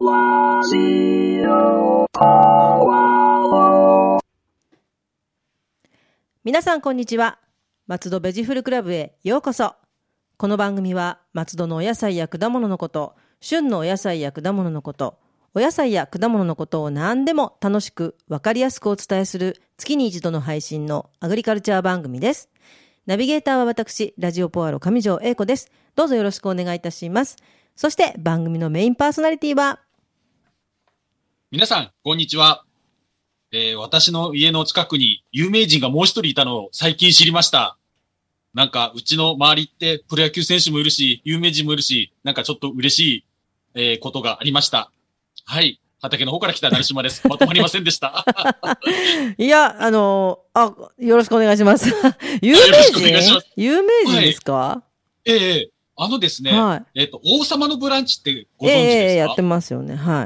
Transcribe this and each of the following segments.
ラジオポアロ。 皆さんこんにちは。松戸ベジフルクラブへようこそ。この番組は松戸のお野菜や果物のこと、旬のお野菜や果物のこと、お野菜や果物のことを何でも楽しく分かりやすくお伝えする月に一度の配信のアグリカルチャー番組です。ナビゲーターは私、ラジオポアロ上条英子です。どうぞよろしくお願いいたします。そして番組のメインパーソナリティは皆さん、こんにちは。私の家の近くに有名人がもう一人いたのを最近知りました。なんか、うちの周りってプロ野球選手もいるし、有名人もいるし、なんかちょっと嬉しい、ことがありました。はい。畑の方から来た成島です。まとまりませんでした。 いや、よろしくお願いします。有よろしくお名人願いします有名人ですか？ ですね、 は王様のブランチってご存知ですか？ やってますよね。はい。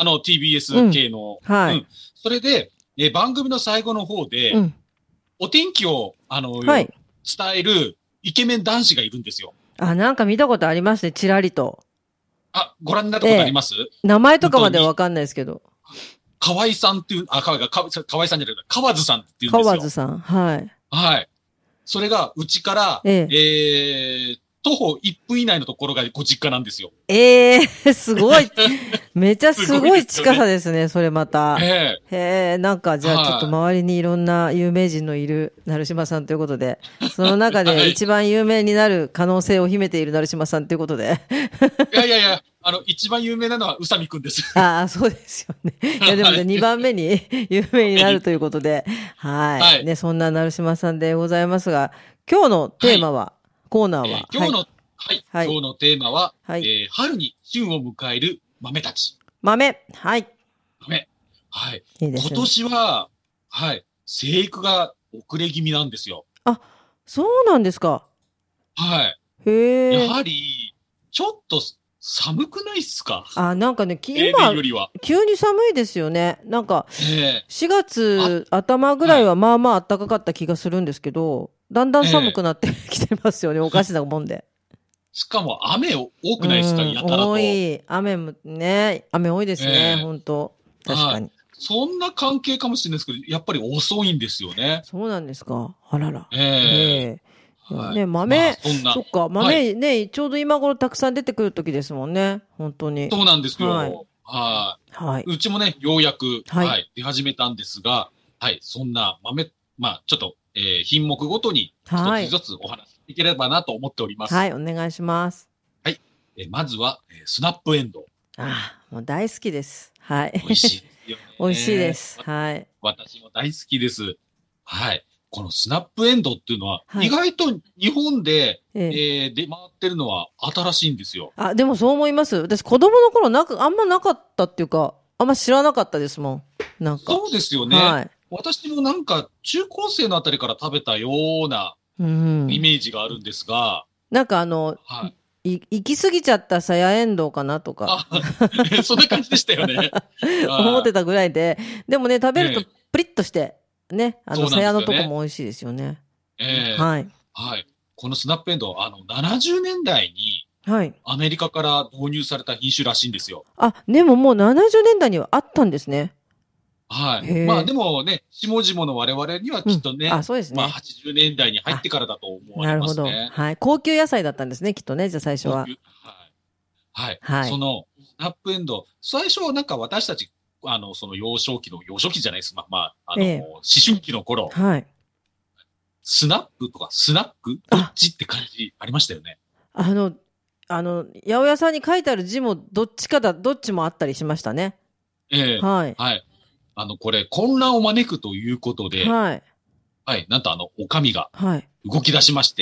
TBS 系の。 はい。 それで、番組の最後の方で、お天気を、 はい。 伝えるイケメン男子がいるんですよ。 なんか見たことありますね、ちらりと。 ご覧になったことあります？ 名前とかまでわかんないですけど。 河合さんっていう、河合さんじゃないか、河津さんっていうんですよ。 河津さん。はい。 はい。それが、うちから、徒歩1分以内のところがご実家なんですよ。 すごい。めちゃすごい近さですね、それまた。なんか、じゃあちょっと周りにいろんな有名人のいる成島さんということで、その中で一番有名になる可能性を秘めている成島さんということで。 いや、一番有名なのは宇佐美くんです。 そうですよね。いや、でもね、2番目に有名になるということで、はい。ね、そんな成島さんでございますが、今日のテーマは、コーナーは、 今日のテーマは、春に旬を迎える豆たち。 豆。はい。 豆。はい。 いいですね。 今年は、生育が遅れ気味なんですよ。 そうなんですか。 はい。やはり、ちょっと寒くないっすか？ なんかね、 今よりは急に寒いですよね。なんか、4月頭ぐらいはまあまあ暖かかった気がするんですけど、だんだん寒くなってきてますよね、おかしなもんで。 しかも雨多くないですか？やたらと。 多い。雨多いですね、本当確かに。 そんな関係かもしれないですけど、やっぱり遅いんですよね。 そうなんですか。あらら。 ね、 豆、そっか、豆ね、ちょうど今頃たくさん出てくる時ですもんね、本当に。 そうなんですよ。 はい。 うちもね、ようやく、出始めたんですが、そんな豆、ちょっと、品目ごとに一つずつお話しいければなと思っております。 はい、お願いします。 はい。まずは、スナップエンドウ。 もう大好きです。はい。 美味しいですよね。 美味しいです。はい。 私も大好きです。はい。このスナップエンドウっていうのは、意外と日本で、出回ってるのは新しいんですよ。 でもそう思います。私子供の頃あんまなかったっていうか、あんま知らなかったですもん。なんか。 そうですよね。はい。私もなんか中高生のあたりから食べたようなイメージがあるんですが。 なんか行き過ぎちゃったさやえんどうかなとか。 そんな感じでしたよね。 思ってたぐらいで。でもね、食べるとプリッとして、ね、さやのとこも美味しいですよね。はい。 はい。このスナップエンドウ、70年代に、アメリカから導入された品種らしいんですよ。 でももう70年代にはあったんですね。 はい。でもね、下々の我々にはきっとね、 そうですね。 80年代に入ってからだと思われますね。なるほど。 はい。高級野菜だったんですね、きっとね、じゃあ最初は。 はい。その、スナップエンドウ、最初はなんか私たち、その幼少期じゃないです。思春期の頃。スナップとかスナックどっちって感じありましたよね。 八百屋さんに書いてある字もどっちもあったりしましたね。 はい。これ、混乱を招くということで、なんとお上が動き出しまして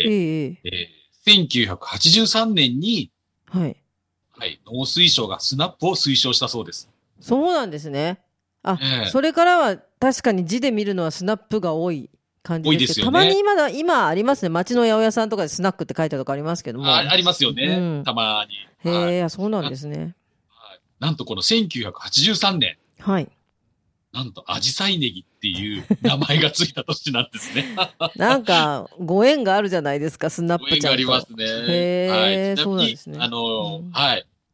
、1983年に、農水省がスナップを推奨したそうです。 そうなんですね。それからは確かに字で見るのはスナップが多い感じですけど、たまに今ありますね。町の八百屋さんとかでスナックって書いてあるとかありますけども。 ありますよね。たまに。そうなんですね。 なんとこの1983年。なんと、アジサイネギっていう名前がついた年なんですね。 なんか、ご縁があるじゃないですか、スナップちゃんと。 ご縁がありますね。 そうなんですね。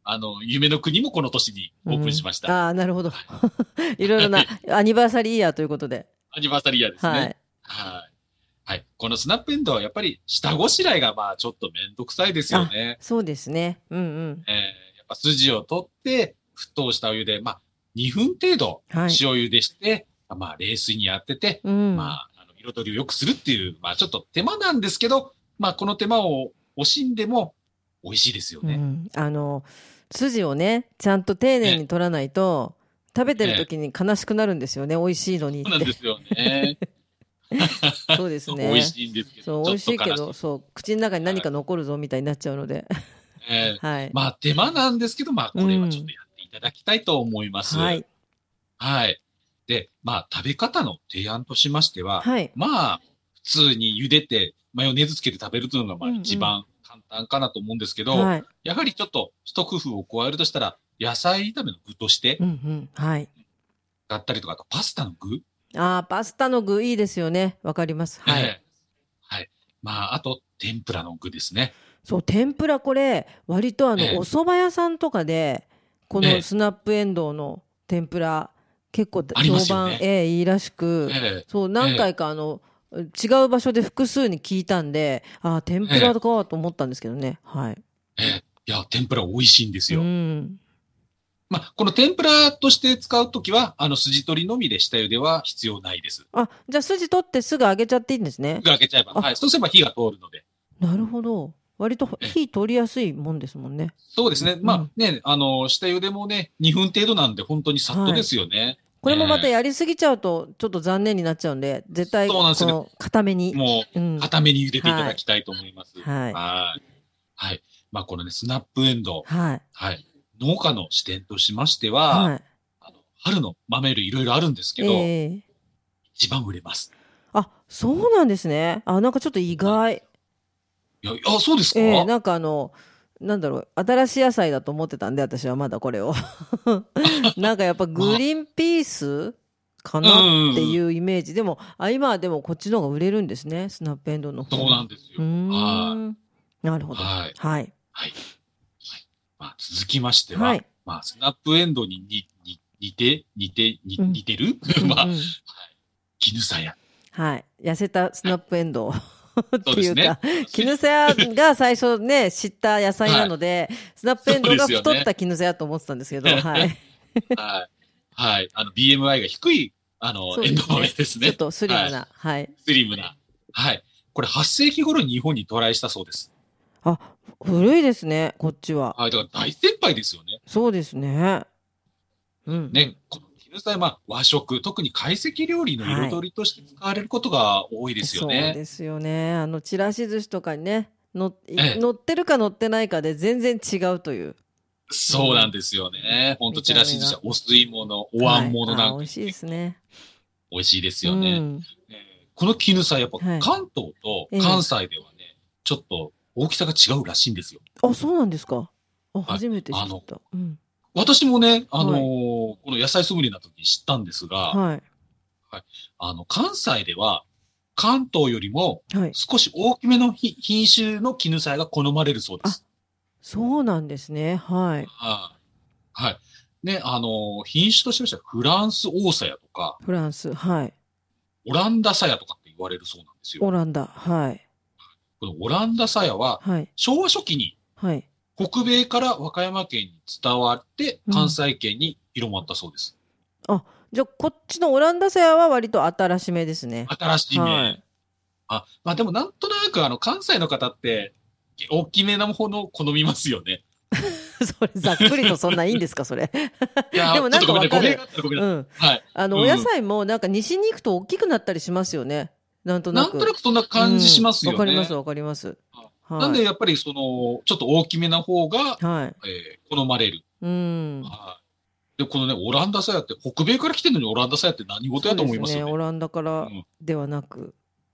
夢の国もこの年にオープンしました。 ああ、なるほど。いろいろなアニバーサリーイヤーということで。 アニバーサリーイヤーですね。 はい。 はい。はい。このスナップエンドウはやっぱり下ごしらえがまあちょっとめんどくさいですよね。 そうですね。うんうん。 やっぱ筋を取って、沸騰したお湯で、まあ2分程度塩茹でして、まあ冷水に当てて、まあ彩りを良くするっていう、まあちょっと手間なんですけど、まあこの手間を惜しんでも美味しいですよね。 筋をね、ちゃんと丁寧に取らないと、食べてる時に悲しくなるんですよね。美味しいのにって。 そうなんですよね。 そうですね。 美味しいんですけど。 そう、美味しいけど、そう、口の中に何か残るぞみたいになっちゃうので。 はい。まあ手間なんですけど、まあこれはちょっとやっていただきたいと思います。はい。はい。で、まあ食べ方の提案としましては、まあ普通に茹でてマヨネーズつけて食べるというのがまあ一番簡単かなと思うんですけど、やはりちょっと一工夫を加えるとしたら、野菜炒めの具として、だったりとか、あとパスタの具。 パスタの具いいですよね。わかります。はい。 はい。まあ、あと、天ぷらの具ですね。 そう、天ぷらこれ、割とお蕎麦屋さんとかで、このスナップエンドウの天ぷら、結構評判、いいらしく、そう、何回か違う場所で複数に聞いたんで、天ぷらかと思ったんですけどね。はい。 いや、天ぷら美味しいんですよ。まあ、この天ぷらとして使うときは、筋取りのみで下茹では必要ないです。 じゃあ筋取ってすぐ揚げちゃっていいんですね。 すぐ揚げちゃえば。はい。そうすれば火が通るので。 なるほど。割と火通りやすいもんですもんね。 そうですね。まあね、下茹でもね、2分程度なんで本当にさっとですよね。 これもまたやりすぎちゃうと、ちょっと残念になっちゃうんで、絶対、この、固めに。 もう、固めに茹でていただきたいと思います。はい。はい。まあ、このね、スナップエンドウ。はい。はい。農家の視点としましては、春の豆類いろいろあるんですけど、一番売れます。 そうなんですね。なんかちょっと意外。 いや、そうですか？ なんかなんだろう、新しい野菜だと思ってたんで、私はまだこれを。なんかやっぱグリーンピースかなっていうイメージ。でも、今はでもこっちの方が売れるんですね、スナップエンドウの方。 そうなんですよ。 なるほど。はい。はい。 まあ、続きましては、まあ、スナップエンドウに似てるまあ、絹さや。 はい。痩せたスナップエンドウ。っていうか、絹さやが最初ね、知った野菜なので、スナップエンドウが太った絹さやと思ってたんですけど、はい。はい。 はい。BMI が低い、エンドウ豆ですね。 ちょっとスリムな。はい。 スリムな。はい。これ8世紀頃に日本に渡来したそうです。 古いですね、こっちは。 はい。だから大先輩ですよね。 そうですね。 ね、この絹さや、まあ、和食、特に懐石料理の彩りとして使われることが多いですよね。 そうですよね。ちらし寿司とかにね、乗ってるか乗ってないかで全然違うという。 そうなんですよね。ほんとちらし寿司はお吸い物、お椀物なんか、 美味しいですね。 美味しいですよね。この絹さや、やっぱ関東と関西ではね、ちょっと大きさが違うらしいんですよ。 そうなんですか。初めて知った。 私もね、この野菜ソムリエの時に知ったんですが、関西では、関東よりも少し大きめの品種の絹さやが好まれるそうです。 そうなんですね。はい。 はい。ね、品種としましては、フランス大さやとか、 フランス、はい。 オランダさやとかって言われるそうなんですよ。 オランダ、はい。 このオランダさやは、昭和初期に、北米から和歌山県に伝わって、関西圏に広まったそうです。 じゃあ、こっちのオランダさやは割と新しめですね。 新しめ。まあでもなんとなく関西の方って、大きめなものを好みますよね。 それ、ざっくりとそんないいんですか、それ。 いや、でもなんかわかる。 はい。お野菜もなんか西に行くと大きくなったりしますよね。なんとなく。 なんとなくそんな感じしますよね。 わかります、わかります。 なんでやっぱりちょっと大きめな方が、好まれる。で、このね、オランダさやって、北米から来てるのにオランダさやって何事やと思いますよね。 オランダからではなく。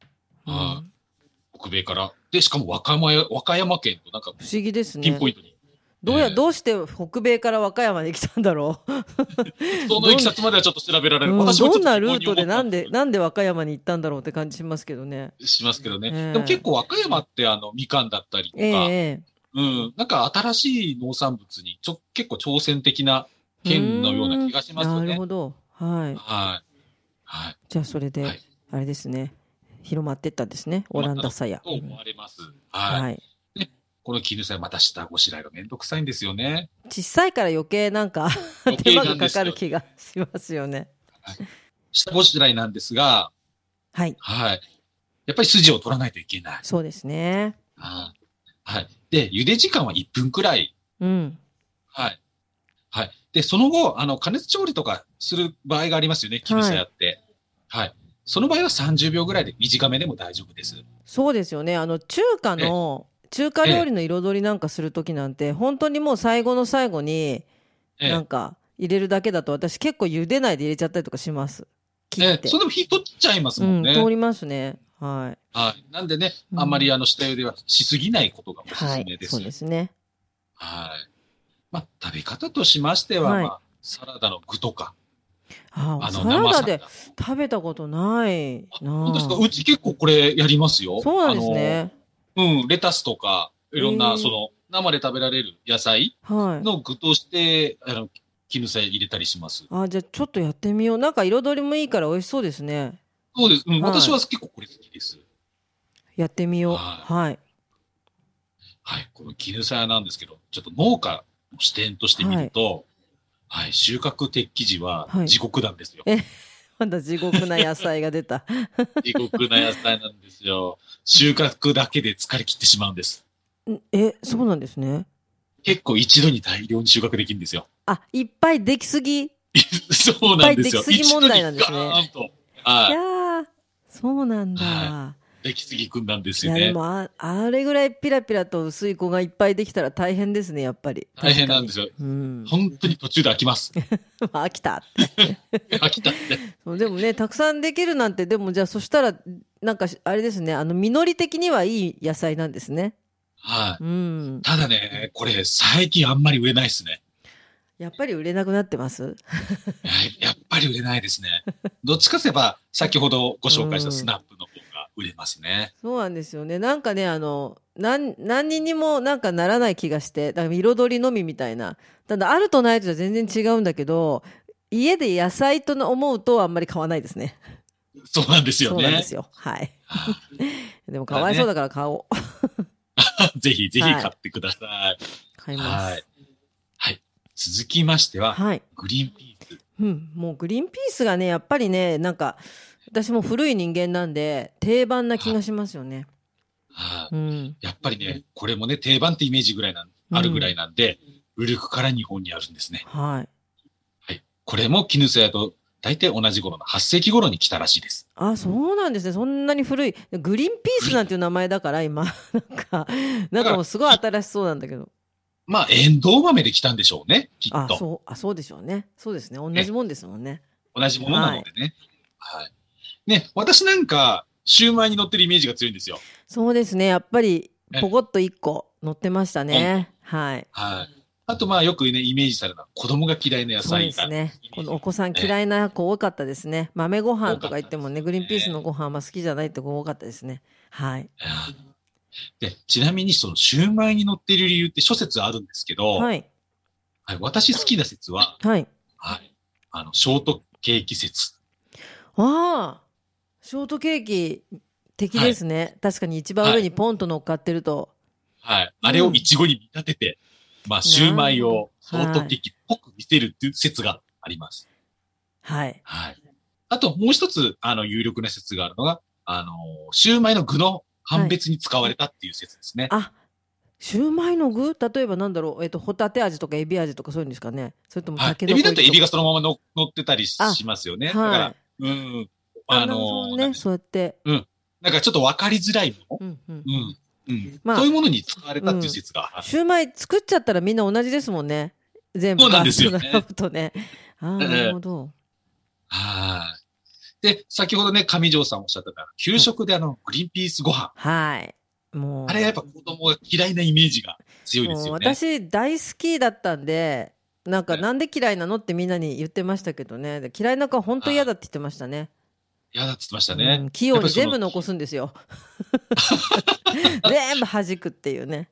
北米から。で、しかも和歌山県となんか、 不思議ですね。 ピンポイントに。 どうして北米から和歌山に来たんだろう。 そのいきさつまではちょっと調べられる。 どんなルートでなんで和歌山に行ったんだろうって感じしますけどね。 しますけどね。でも結構和歌山ってみかんだったりとか、 なんか新しい農産物に結構挑戦的な県のような気がしますよね。 なるほど。はい。 はい。はい。 じゃあそれで、 はい。 あれですね。広まってったんですね。オランダさや。 と思われます。はい。 はい。 で、この絹さやまた下ごしらえがめんどくさいんですよね。 小さいから余計なんか余計手間がかなんですよ。 かる気がしますよね。 はい、下ごしらえなんですが、 はい。 はい。やっぱり筋を取らないといけない。 そうですね。 はい。はい。で、茹で時間は1分くらい。 うん。 はい。はい。で、その後、加熱調理とかする場合がありますよね、絹はい。 さやって。はい。その場合は30秒ぐらいで短めでも大丈夫です。 そうですよね。 え、 中華料え、 理の彩りなんかするときなんて、本当にもう最後の最後に、なえ、 んか入れるだけだと私結構茹でないで入れちゃったりとかします。切って。 それでも火取っちゃいますうん、通もんね。 りますね。はい。 はい。なんでね、 うん、 あんまり下茹ではしすぎないことがおすはい。そうすめです。 ですね。 はい。まあ、食べ方としましては、 はい。 まあ、サラダの具とか、 サラダで生サラダ。 食べたことない本当ですか？ なあ。 うち結構これやりますよ。 そうなんですね。 レタスとか、いろんな、 ええ、 生で食べられる野菜はい。 の具として、絹さや入れたりします。 あ、じゃあちょっとやってみよう。なんか彩りもいいから美味しそうですね。 そうです。私はい。 は結構これ好きです。 やってみよう。 はい。 はい。 はい。この絹さやなんですけど、ちょっと農家の視点として見はい。 ると、はい。収穫適期時ははい。 地獄なんですよ。 え、まだ地獄な野菜が出た。 地獄な野菜なんですよ。収穫だけで疲れ切ってしまうんです。 そうなんですね。 結構一度に大量に収穫できるんですよ。 あ、いっぱいできすぎ。いっそうなぱいんですよ。 できすぎ一度に問題なんですね。 ガーンと。はいやー、そうなんい。はい。 だ。 できすぎくんなんですいや、でよね。 もあれぐらいピラピラと薄い子がいっぱいできたら大変ですね、やっぱり。 大確かに。 変なんですよ。 うん。 本当に途中で飽きます。 飽きたって。 飽きたって。 そうでもね、たくさんできるなんて、でもじゃあそしたら、なんかあれですね、実り的にはいい野菜なんですね。 はい。 うん。 ただね、これ最近あんまり売れないですね。 やっぱり売れなくなってます？ やっぱり売れないですね。どっちかといえば、先ほどごう紹介したスん。 ナップの方が売れますね。 そうなんですよね。なんかね、何人にもなんかならない気がして、だから彩りのみみたいな。ただ、あるとないとじゃ全然違うんだけど、家で野菜と思うとあんまり買わないですね。 そうなんですよね。 そうなんですよ。はい。 はでもい。ただね、 かわいそうだから買おう。 ぜひぜひはい。 買ってください。 買いまはい。 す。 はい。続きましては、 はい。 グリーンピース。 うん。もうグリーンピースがね、やっぱりね、なんか、私も古い人間なんで、定番な気はい。 がしますよね。 はうん。 い。やっぱりね、これもね、定番ってイメージぐらいあるぐらうん。 いなんで、古くから日本にあるんですね。 はい。 はい。これも絹さやと大体同じ頃の8世紀頃に来たらしいです。 あ、そうなんですね。そんなに古い。グリーンピース古い。 なんていう名前だから、今。か、なんだから、 かもうすごい新しそうなんだけど。 まあ、エンドウ豆で来たんでしょうね、きっと。 そうでしょうね。そうですね。同じえ、 もんですもんね。 同じものなはい。 のでね。はい。ね、私なんか、シューマイに乗ってるイメージが強いんですよ。 そうですね。やっぱり、 え、 ポコッと1個乗ってましたポンと。 ね。はい。 はい。あと、まあ、よくね、イメージされるのは、子供が嫌いな野そうで菜が、 すね。 イメージ。 このお子さんえ、 嫌いな子多かったですね。豆ご飯と多かか言ってもね、 ったですよグリーンピースのね。 ご飯は好きじゃないって子多かったですね。はい。 で、ちなみにそのシューマイに乗っている理由って諸説あるんですけど、 はい。 はい、私好きな説は、 はい。 はい、ショートケーキ説。 ああ、ショートケーキ的はい、 ですね。確かに一番はい、 上にポンと乗っかってると。 はい。あれをイうん。 チゴに見立てて、まあ、シューマイなるほど。 をショートはい。 ケーキっぽく見せるっていう説があります。 はい。 はい。あと、もう一つ、有力な説があるのが、シューマイの具の判はい。 別に使われたっていう説ですね。 あ、シューマイの具例えばなんだろう。ホタテ味とかエビ味とかそういうんですかね。それともはい。 タケエビだとエビノコ入りとか。 がそのまま乗ってたりあ、 しますよね。だから、 はい。 うん、 なるほどね。 なんでしょそうやって。 う。うん。なんかちょっとわかりづらいもの。 うんうんうん。 うん。うん。 まあ、 そういうものに使われたっていううん。 説が、はい、 シューマイ作っちゃったらみんな同じですもんね。全部そうなんですガーッと並よね。 ぶとね。ああ、なるええ、 ほど。 はい。で、先ほどね、上条さんおっしゃった給はい。 食でグリーンピースご飯。 はい。 あれやっもぱ子供が嫌いなイメージが強いでもうすよね。 私大好きだったんで、なんかええ、 なんで嫌いなのってみんなに言ってましたけどね。で嫌いな子は本当嫌はい。 だって言ってましたね。 嫌だって言ってましたね。 うん、器用にやっぱりその、 全部残すんですよ。全部弾くっていうね。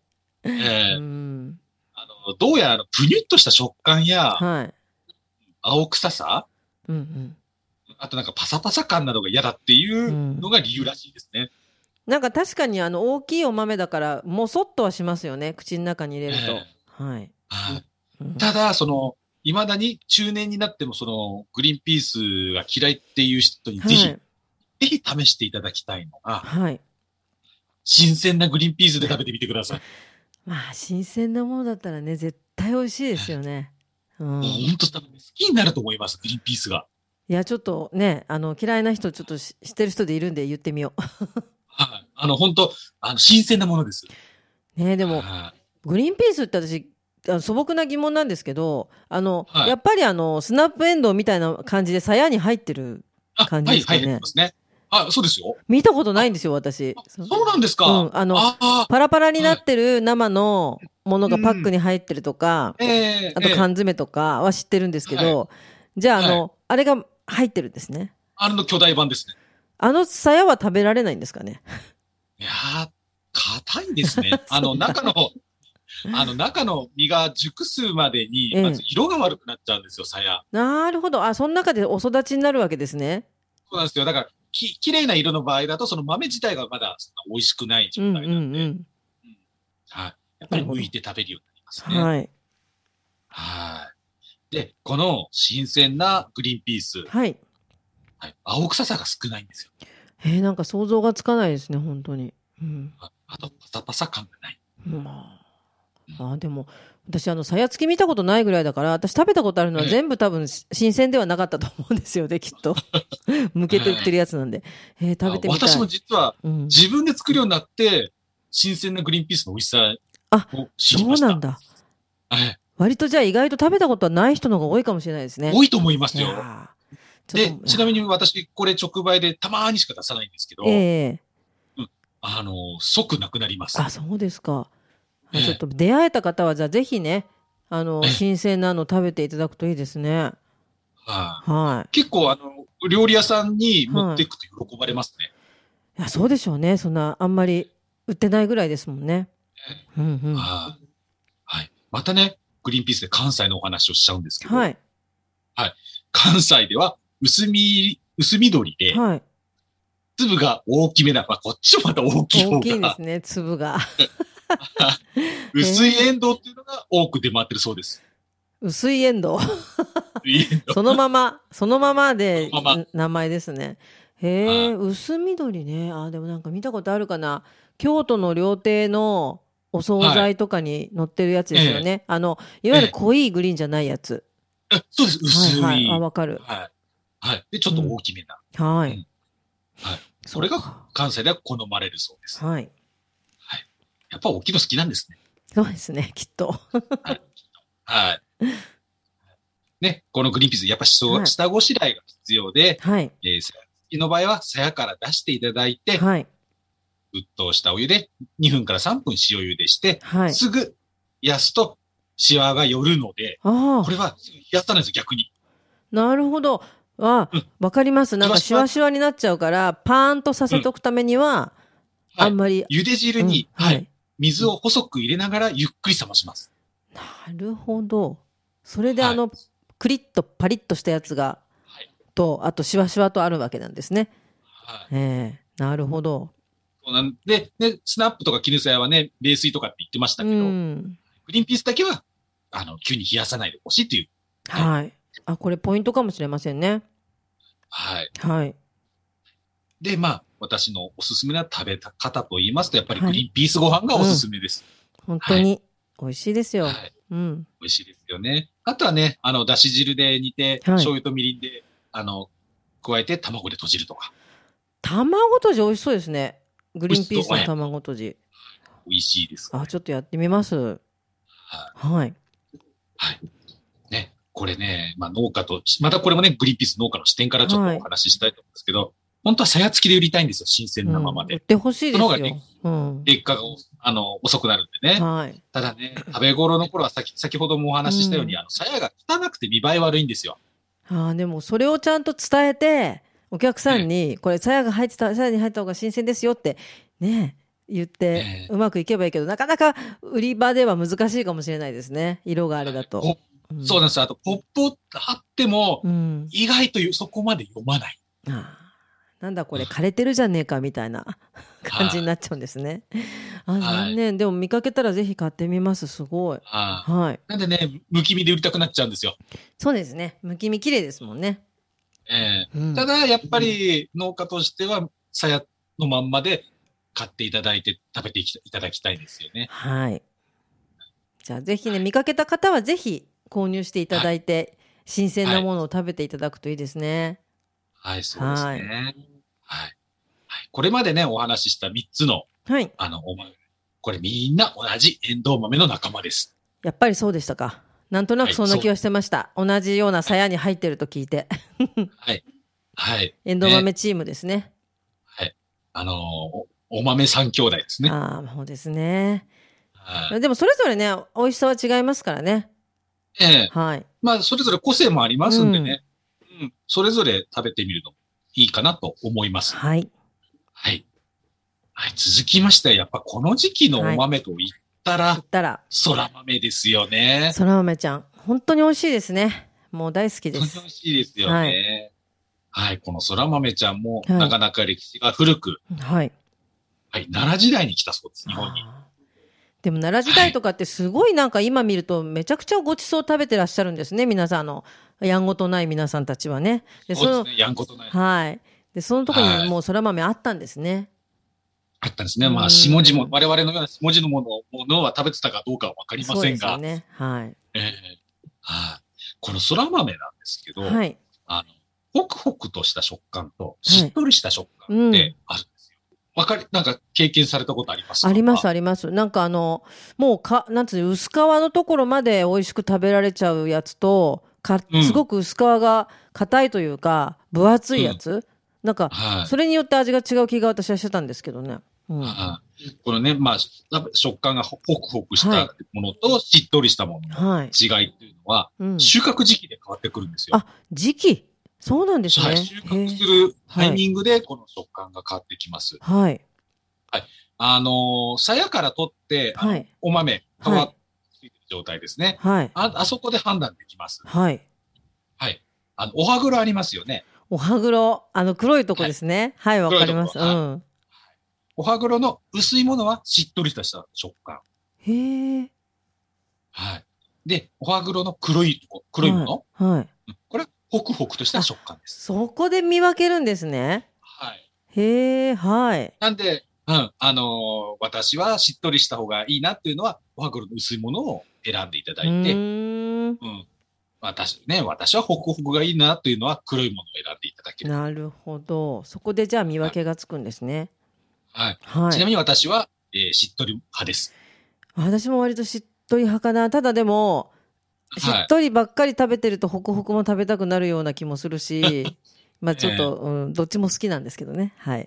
えーうん。 どうやらぷにゅっとした食感やはい。 青臭さ、 うんうん。 あとなんかパサパサ感などが嫌だっていうのが理由らしいですね。 なんか確かに大きいお豆だからもそっとはしますよね、口の中に入れると。はい。 はいうんただ、未だに中年になってもグリーンピースが嫌いっていう人にぜひ、 はい。 ぜひ試していただきたいのが、 はい。 新鮮なグリーンピースで食べてみてください。 まあ新鮮なものだったらね、絶対美味しいですよね。うん。 もう本当多分好きになると思います、グリーンピースが。 いやちょっとね、嫌いな人ちょっと知ってる人でいるんで言ってみよはい。本当新鮮なものです。 う。ね、でもはいグリーンピースって私素朴な疑問なんですけど、 はいやっぱりスナップエンドウみたいな感じで鞘に入ってる感じはい、はい、 ですかね。 入ってますね。あ、そうですよ。 見たことないんですよ私。 そうなんですか。 うん、 あパラパラになってる生のものがパックに入ってるとか、あと缶詰とかは知ってるんですけど、じゃああれが入ってるんですね。 あれの巨大版ですね。 鞘は食べられないんですかね。 いやー、硬いんですね。中の実が熟すまでに、まず色が悪くなっちゃうんですよ、鞘。 なるほど。その中でお育ちになるわけですね。 そうなんですよ。だから、綺麗な色の場合だと、その豆自体がまだ美味しくない状態なんで、はい。やっぱり剥いて食べるようになりますね。 はい。 はい。で、この新鮮なグリーンピース、 はい。 はい、青臭さが少ないんですよ。 なんか想像がつかないですね、本当に。 あと、パサパサ感がない。 でも私鞘付き見たことないぐらいだから、私食べたことあるのは全部多分新鮮ではなかったと思うんですよね、きっと。向けて売ってるやつなんで。食べてみたい。 私も実は自分で作るようになって、新鮮なグリーンピースの美味しさを知りました。 そうなんだ。 はい。 割とじゃあ意外と食べたことはない人の方が多いかもしれないですね。 多いと思いますよ。で、ちなみにに私、これ直売でたまーにしか出さないんですけど、即なくなります。 そうですか。ちょっと出会えた方は、じゃあぜひね、新鮮なの食べていただくといいですね。はい。 結構、料理屋さんに持っていくと喜ばれますね。 いや、そうでしょうね。そんな、あんまり売ってないぐらいですもんね。 はい。またね、グリーンピースで関西のお話をしちゃうんですけど、はい。関西では薄緑で、粒が大きめな、こっちもまた大きい方が。 大きいですね、粒が。 薄いエンドウっていうのが多く出回ってるそうです。 薄いエンドウそのままで名前ですね。薄緑ね。でもなんか見たことあるかな。京都の料亭のお惣菜とかに載ってるやつですよね。いわゆる濃いグリーンじゃないやつ。 そうです、薄い。 わかる。 はい。で、ちょっと大きめな。 はい。 それが関西では好まれるそうです。 はい。 やっぱ大きいの好きなんですね。 そうですね、きっと。 はい。ね、このグリーンピース、やっぱ下ごしらえが必要で、鞘付きの場合は、鞘から出していただいて、沸騰したお湯で2分から3分塩茹でして、すぐ冷やすと、シワが寄るので、これは冷やさないです、逆に。 なるほど。わかります。なんかシワシワになっちゃうから、パーンとさせとくためには、あんまり。 茹で汁に、水を細く入れながらゆっくり冷まします。 なるほど。それでクリッとパリッとしたやつが、あとシワシワとあるわけなんですね。なるほど。 そうなんで、スナップとか絹さやはね、冷水とかって言ってましたけど、グリーンピースだけは、急に冷やさないでほしいという。 はい。これポイントかもしれませんね。 はい。 はい。 で、私のおすすめな食べ方と言いますと、やっぱりグリーンピースご飯がおすすめです。 本当に美味しいですよ。 美味しいですよね。あとはね、だし汁で煮て、醤油とみりんで、加えて卵でとじるとか。 卵とじ美味しそうですね。グリーンピースの卵とじ。 美味しいです。 ちょっとやってみます。はい。 ね、これね、農家と、またこれもね、グリーンピース農家の視点からちょっとお話ししたいと思うんですけど、本当は鞘付きで売りたいんですよ、新鮮なままで。 売ってほしいですよ。 その方が劣化が遅くなるんでね。ただね、食べ頃の頃は先ほどもお話ししたように、鞘が汚くて見栄え悪いんですよ。 でもそれをちゃんと伝えて、お客さんに、これ鞘に入った方が新鮮ですよって、ね、 言ってうまくいけばいいけど、なかなか売り場では難しいかもしれないですね。色があれだと。 そうなんです。あと、ポップを貼っても、 うん。 意外とそこまで読まない。 ああ、なんだこれ枯れてるじゃねえかみたいな感じになっちゃうんですね。あ、残念。でも見かけたらぜひ買ってみます。すごい。はい。 なんでね、むき身で売りたくなっちゃうんですよ。 そうですね。むき身綺麗ですもんね。 ただ、やっぱり農家としては、鞘のまんまで買っていただいて食べていただきたいですよね。 はい。じゃあぜひね、見かけた方はぜひ購入していただいて、新鮮なものを食べていただくといいですね。 はい、そうですね。はい。これまでね、お話しした3つの、これみんな同じエンドウ豆の仲間です。 やっぱりそうでしたか。なんとなくそんな気はしてました。同じような鞘に入ってると聞いて。 はい。はい。 エンドウ豆チームですね。 はい。お豆三兄弟ですね。 ああ、そうですね。でもそれぞれね、美味しさは違いますからね。はい。 まあ、それぞれ個性もありますんでね。それぞれ食べてみるのもいいかなと思います。 はい。 はい。はい。続きまして、やっぱこの時期のお豆と言ったら、そら豆ですよね。 そら豆ちゃん。本当に美味しいですね。もう大好きです。 本当に美味しいですよね。はい。このそら豆ちゃんも、なかなか歴史が古く。 はい。 はい。奈良時代に来たそうです、日本に。 でも奈良時代とかってすごいなんか今見るとめちゃくちゃごちそう食べてらっしゃるんですね。皆さん、やんごとない皆さんたちはね。 そうですね、やんごとない。 はい。で、そのとこにもうそら豆あったんですね。 あったんですね。まあ、下地も、我々のような下地のものは食べてたかどうかはわかりませんが。 そうですよね。はい。 このそら豆なんですけど、 はい。 ホクホクとした食感と、しっとりした食感ってあるんですよ。なんか経験されたことありますか？ あります、あります。なんかもうなんつうの、薄皮のところまで美味しく食べられちゃうやつと、すごく薄皮が硬いというか、分厚いやつ。なんか、それによって味が違う気が私はしてたんですけどね。 このね、まあ、食感がホクホクしたものと、しっとりしたものの違いっていうのは、収穫時期で変わってくるんですよ。 あ、時期？そうなんですね。はい。 収穫するタイミングで、この食感が変わってきます。 はい。 はい。鞘から取って、お豆、皮ついてる状態ですね。 はい。 あそこで判断できます。 はい。 はい。お歯黒ありますよね。 お歯黒、黒いとこですね。はい、わかります。 お歯黒の薄いものはしっとりとした食感。 へえ。 はい。で、お歯黒の黒いものはい。 これはホクホクとした食感です。 そこで見分けるんですね。 はい。 へえ、はい。 なんで、私はしっとりした方がいいなっていうのは、お歯黒の薄いものを選んでいただいて、私はホクホクがいいなというのは黒いものを選んでいただける。 なるほど。そこでじゃあ見分けがつくんですね。 はい。ちなみに私は、しっとり派です。 私も割としっとり派かな。ただでも、しっとりばっかり食べてるとホクホクも食べたくなるような気もするし、まあちょっと、どっちも好きなんですけどね。はい。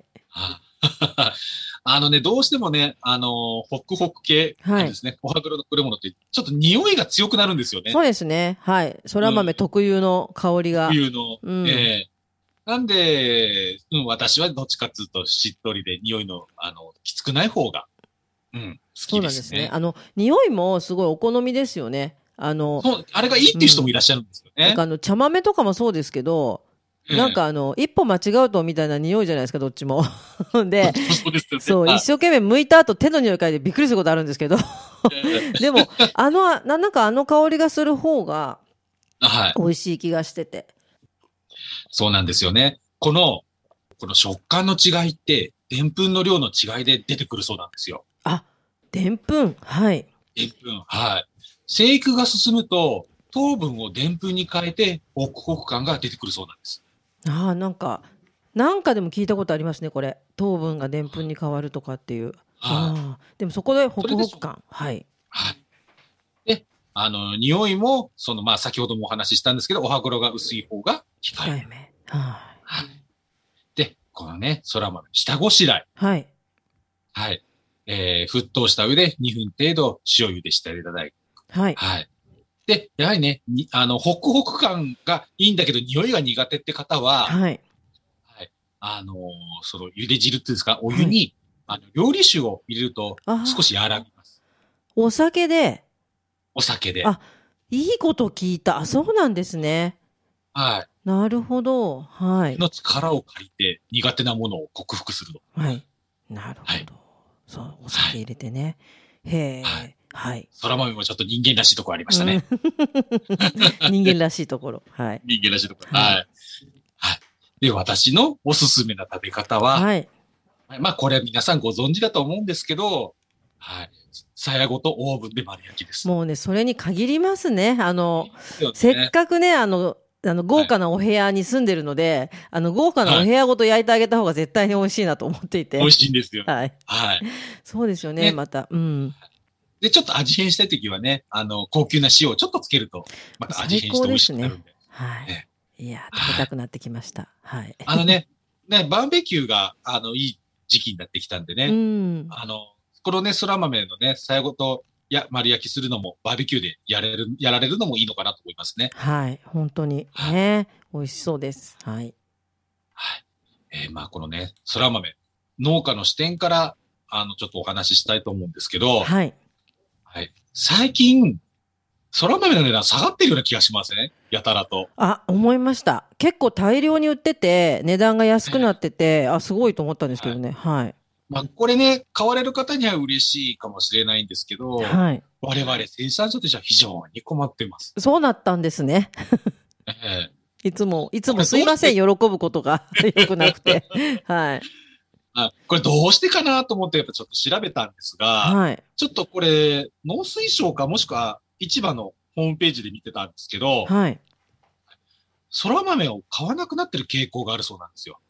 どうしてもね、ホクホク系ですね。お歯黒の黒いものって、ちょっと匂いが強くなるんですよね。 そうですね。はい。そら豆特有の香りが。 特有の。なんで、私はどっちかっていうとしっとりで匂いの、きつくない方が、好きですね。 そうなんですね。匂いもすごいお好みですよね。 あれがいいっていう人もいらっしゃるんですよね。 なんか茶豆とかもそうですけど、なんか一歩間違うとみたいな匂いじゃないですか、どっちも。で、そう、一生懸命剥いた後手の匂い嗅いでびっくりすることあるんですけど。でも、なんか香りがする方が、美味しい気がしてて。 そうなんですよね。この食感の違いって、でんぷんの量の違いで出てくるそうなんですよ。 あ、でんぷん。はい。 でんぷん。はい。生育が進むと、糖分をでんぷんに変えて、ホクホク感が出てくるそうなんです。 なんかでも聞いたことありますね、これ。糖分がでんぷんに変わるとかっていう。でもそこでホクホク感。はい。 はい。で、匂いも、先ほどもお話ししたんですけど、お歯黒が薄い方が控えめ。はい。で、このね、そら豆、下ごしらえ。 はい。 はい。沸騰した上で2分程度塩茹でしていただいて。 はい。 はい。で、やはりね、ホクホク感がいいんだけど、匂いが苦手って方は、 はい。 はい。その茹で汁っていうんですか、お湯に料理酒を入れると少し和らぎます。 お酒で。 お酒で。 いいこと聞いた。そうなんですね。 はい。 なるほど。はい。 の力を借りて苦手なものを克服するの。 はい。なるほど。はい、そう、お酒入れてね。へえ。はい。 空豆もちょっと人間らしいところありましたね。 人間らしいところ。はい。 人間らしいところ。はい。はい。で、私のおすすめな食べ方は、はい。まあ、これ皆さんご存知だと思うんですけど、はい。さやごとオーブンで丸焼きです。 もうね、それに限りますね。せっかくね、豪華なお部屋に住んでるので、豪華なお部屋ごと焼いてあげた方が絶対に美味しいなと思っていて。 美味しいんですよ。 はい。はい。そうですよね、また。うん。 で、ちょっと味変したいときはね、高級な塩をちょっとつけると、また味変して美味しくなるんで。 はい。いや、食べたくなってきました。はい。 バーベキューが、いい時期になってきたんでね。うん。このね、空豆のね、さやごと、丸焼きするのも、バーベキューでやられるのもいいのかなと思いますね。 はい。本当に。ね。美味しそうです。はい。 はい。まあ、このね、空豆、農家の視点から、ちょっとお話ししたいと思うんですけど。はい。はい。最近、空豆の値段下がってるような気がしません？やたらと。 思いました。結構大量に売ってて、値段が安くなってて、すごいと思ったんですけどね。はい。 まあ、これね、買われる方には嬉しいかもしれないんですけど、はい。我々生産者としては非常に困ってます。 そうなったんですね。いつもすいません、喜ぶことが良くなくて。はい。 これどうしてかなと思ってやっぱちょっと調べたんですが、はい。ちょっとこれ、農水省かもしくは市場のホームページで見てたんですけど、はい。空豆を買わなくなってる傾向があるそうなんですよ。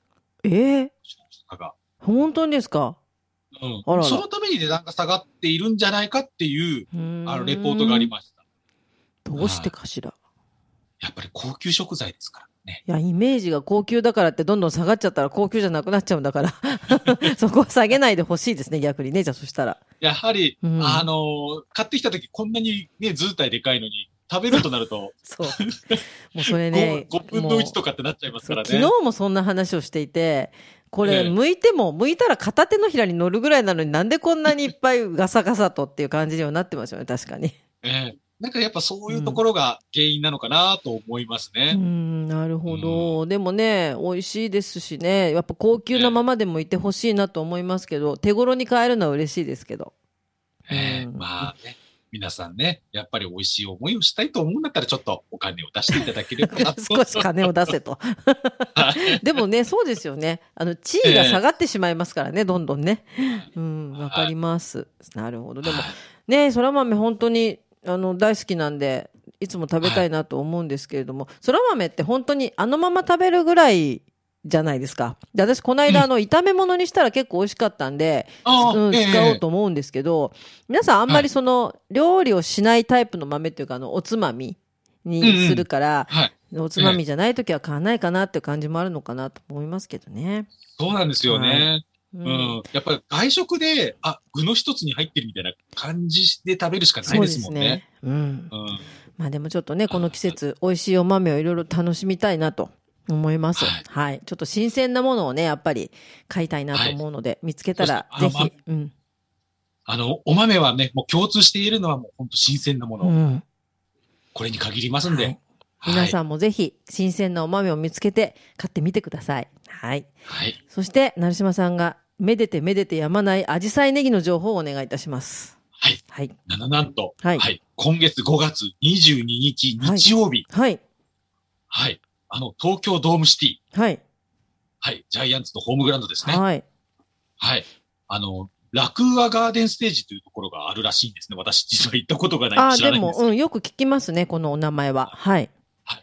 本当にですか？ うん。そのために値段が下がっているんじゃないかっていう、レポートがありました。 どうしてかしら。 やっぱり高級食材ですからね。 いや、イメージが高級だからってどんどん下がっちゃったら高級じゃなくなっちゃうんだから。そこは下げないでほしいですね、逆にね。じゃあそしたら。 やはり、買ってきた時こんなにね、図体でかいのに、食べるとなると。 そう。もうそれね。 5分の1とかってなっちゃいますからね。 昨日もそんな話をしていて、これ、剥いたら片手のひらに乗るぐらいなのになんでこんなにいっぱいガサガサとっていう感じにはなってますよね、確かに。 なんかやっぱそういうところが原因なのかなと思いますね。 なるほど。でもね、美味しいですしね、やっぱ高級なままでもいてほしいなと思いますけど、手頃に買えるのは嬉しいですけど。 まあね。皆さんね、やっぱり美味しい思いをしたいと思うんだったら、ちょっとお金を出していただければなと。 少し金を出せと。でもね、そうですよね。地位が下がってしまいますからね、どんどんね。わかります。なるほど。でも、ね、そら豆本当に、大好きなんで、いつも食べたいなと思うんですけれども、そら豆って本当にあのまま食べるぐらい、じゃないですか。で、私、この間、炒め物にしたら結構美味しかったんで、使おうと思うんですけど、皆さんあんまり料理をしないタイプの豆っていうか、おつまみにするから、おつまみじゃないときは買わないかなっていう感じもあるのかなと思いますけどね。 そうなんですよね。やっぱり外食で、具の一つに入ってるみたいな感じで食べるしかないですもんね。そうですね。 まあでもちょっとね、この季節、美味しいお豆をいろいろ楽しみたいなと。思います。はい。ちょっと新鮮なものをね、やっぱり買いたいなと思うので、見つけたらぜひ。 お豆はね、もう共通して言えるのはもう本当新鮮なもの。これに限りますんで。 皆さんもぜひ新鮮なお豆を見つけて買ってみてください。はい。そして、成島さんがめでてめでてやまない紫陽花ネギの情報をお願いいたします。 はい。なんと、今月5月22日日曜日。はい。東京ドームシティ。はい。はい。ジャイアンツのホームグラウンドですね。はい。はい。ラクーアガーデンステージというところがあるらしいんですね。私実は行ったことがないんで知らないんですけど。 よく聞きますね、このお名前は。はい。 はい。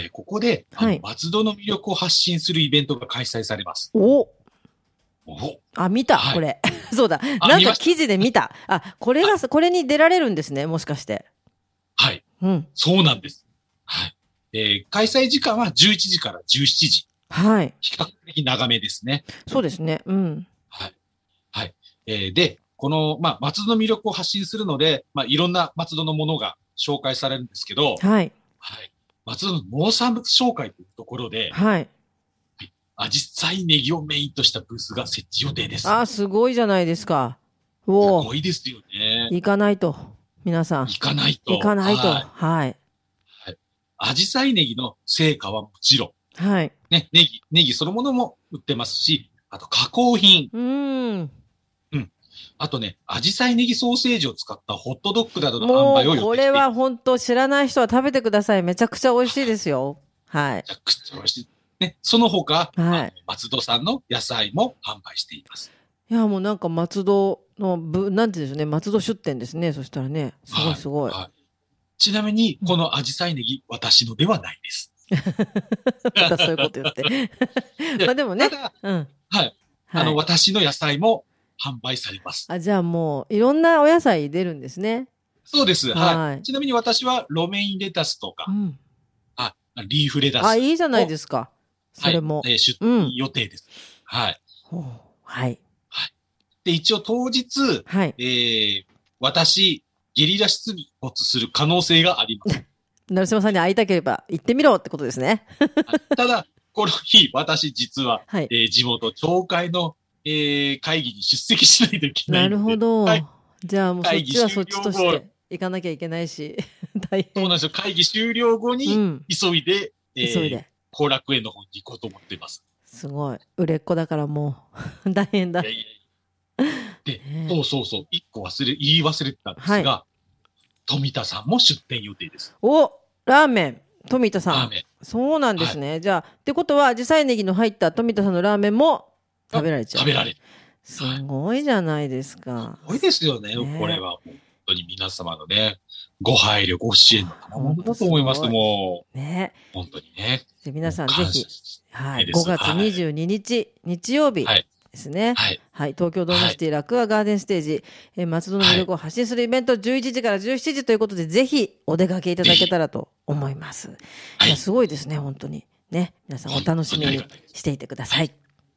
ここで、松戸の魅力を発信するイベントが開催されます。 見た、これ。そうだ。なんか記事で見た。これに出られるんですね、もしかして。 はい。そうなんです。はい。開催時間は11時から17時。はい。比較的長めですね。 そうですね。 はい。はい。で、この、松戸の魅力を発信するので、いろんな松戸のものが紹介されるんですけど、はい。はい。松戸の農産物紹介というところで、はい。 アジサイネギをメインとしたブースが設置予定です。 あ、すごいじゃないですか。 すおー、 ごいですよね。 行かないと。皆さん。 行かないと。 行かないと。 はい。 はい。 アジサイネギの成果はもちろん、 はい。 ね、ネギそのものも売ってますし、あと加工品、あとね、アジサイネギソーセージを使ったホットドッグなどの販も売を予定しています。 う、これは本当知らない人は食べてください。めちゃくちゃ美味しいですよ。はい。 めちゃくちゃ美味しい。ね、その他、 はい松戸産の野菜も販売しています。 いや、もうなんか松戸のなんていうんでしょうね。松戸出店ですね。そしたらね。すごいすごい。 はい。ちなみに、このアジサイネギ、私のではないです。 またそういうこと言って。まあでもね。 ただ、 うん。 はい。 はい。 私の野菜も販売されます。 あ、じゃあもう、いろんなお野菜出るんですね。 そうです。 はいはい。ちなみに私はロメインレタスとかう、ん。 リーフレタス。 あ、いいじゃないですか。それも。 はい、出品予定です。はい。 ほうはい。 で、一応当日、 はい。 私、ゲリラ出没する可能性があります。 成島さんに会いたければ行ってみろってことですね。 ただ、この日、私実は、 はい。 地元町会の、会議に出席しないといけないので。 なるほど。 はい。 じゃあもうそっちはそっちとして行かなきゃいけないし、大変。 そうなんですよ。会議終了後に、急いで、 急いで。 後楽園の方に行こうと思っています。 すごい。売れっ子だからもう、大変だ。 いやいやで、そう。一個言い忘れてたんですが、富田さんも出店予定です。 お、ラーメン。富田さん。 ラーメン。 そうなんですね。じゃあ、ってことは、アジサイネギの入った富田さんのラーメンも食べられちゃう。 食べられる。 すごいじゃないですか。 すごいですよね。これは本当に皆様のね、ご配慮、ご支援の賜物だと思います。もう。ね。本当にね。 で皆さんぜひ、はい、5月22日、日曜日ですね。はい。東京ドームシティラクアガーデンステージ、松戸の魅力を発信するイベント、11時から17時ということで、ぜひお出かけいただけたらと思います。いや、すごいですね、本当に。ね。皆さんお楽しみにしていてください。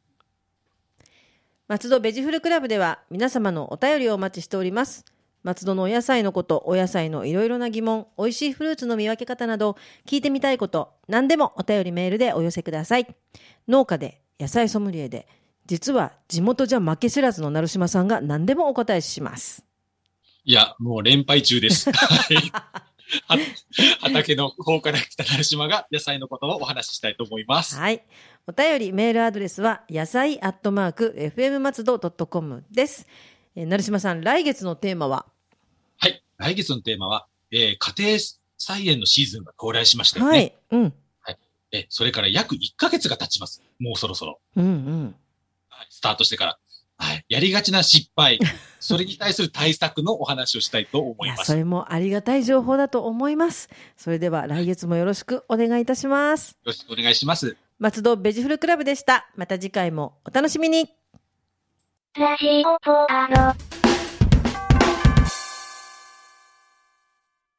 松戸ベジフルクラブでは皆様のお便りをお待ちしております。松戸のお野菜のこと、お野菜のいろいろな疑問、美味しいフルーツの見分け方など、聞いてみたいこと、何でもお便りメールでお寄せください。農家で、野菜ソムリエで、実は地元じゃ負け知らずの成島さんが何でもお答えします。 いや、もう連敗中です。畑の方から来た成島が野菜のことをお話ししたいと思います。 はい。お便りメールアドレスは、野菜@fm松戸.com です。成島さん、来月のテーマは？ はい。来月のテーマは、家庭菜園のシーズンが到来しましたよね。はい。うん。はい。それから約1ヶ月が経ちます。もうそろそろ。うんうん。はい、スタートしてから。はい。やりがちな失敗。それに対する対策のお話をしたいと思います。 それもありがたい情報だと思います。それでは来月もよろしくお願いいたします。 よろしくお願いします。 松戸ベジフルクラブでした。また次回もお楽しみに。 ラジオポアロ。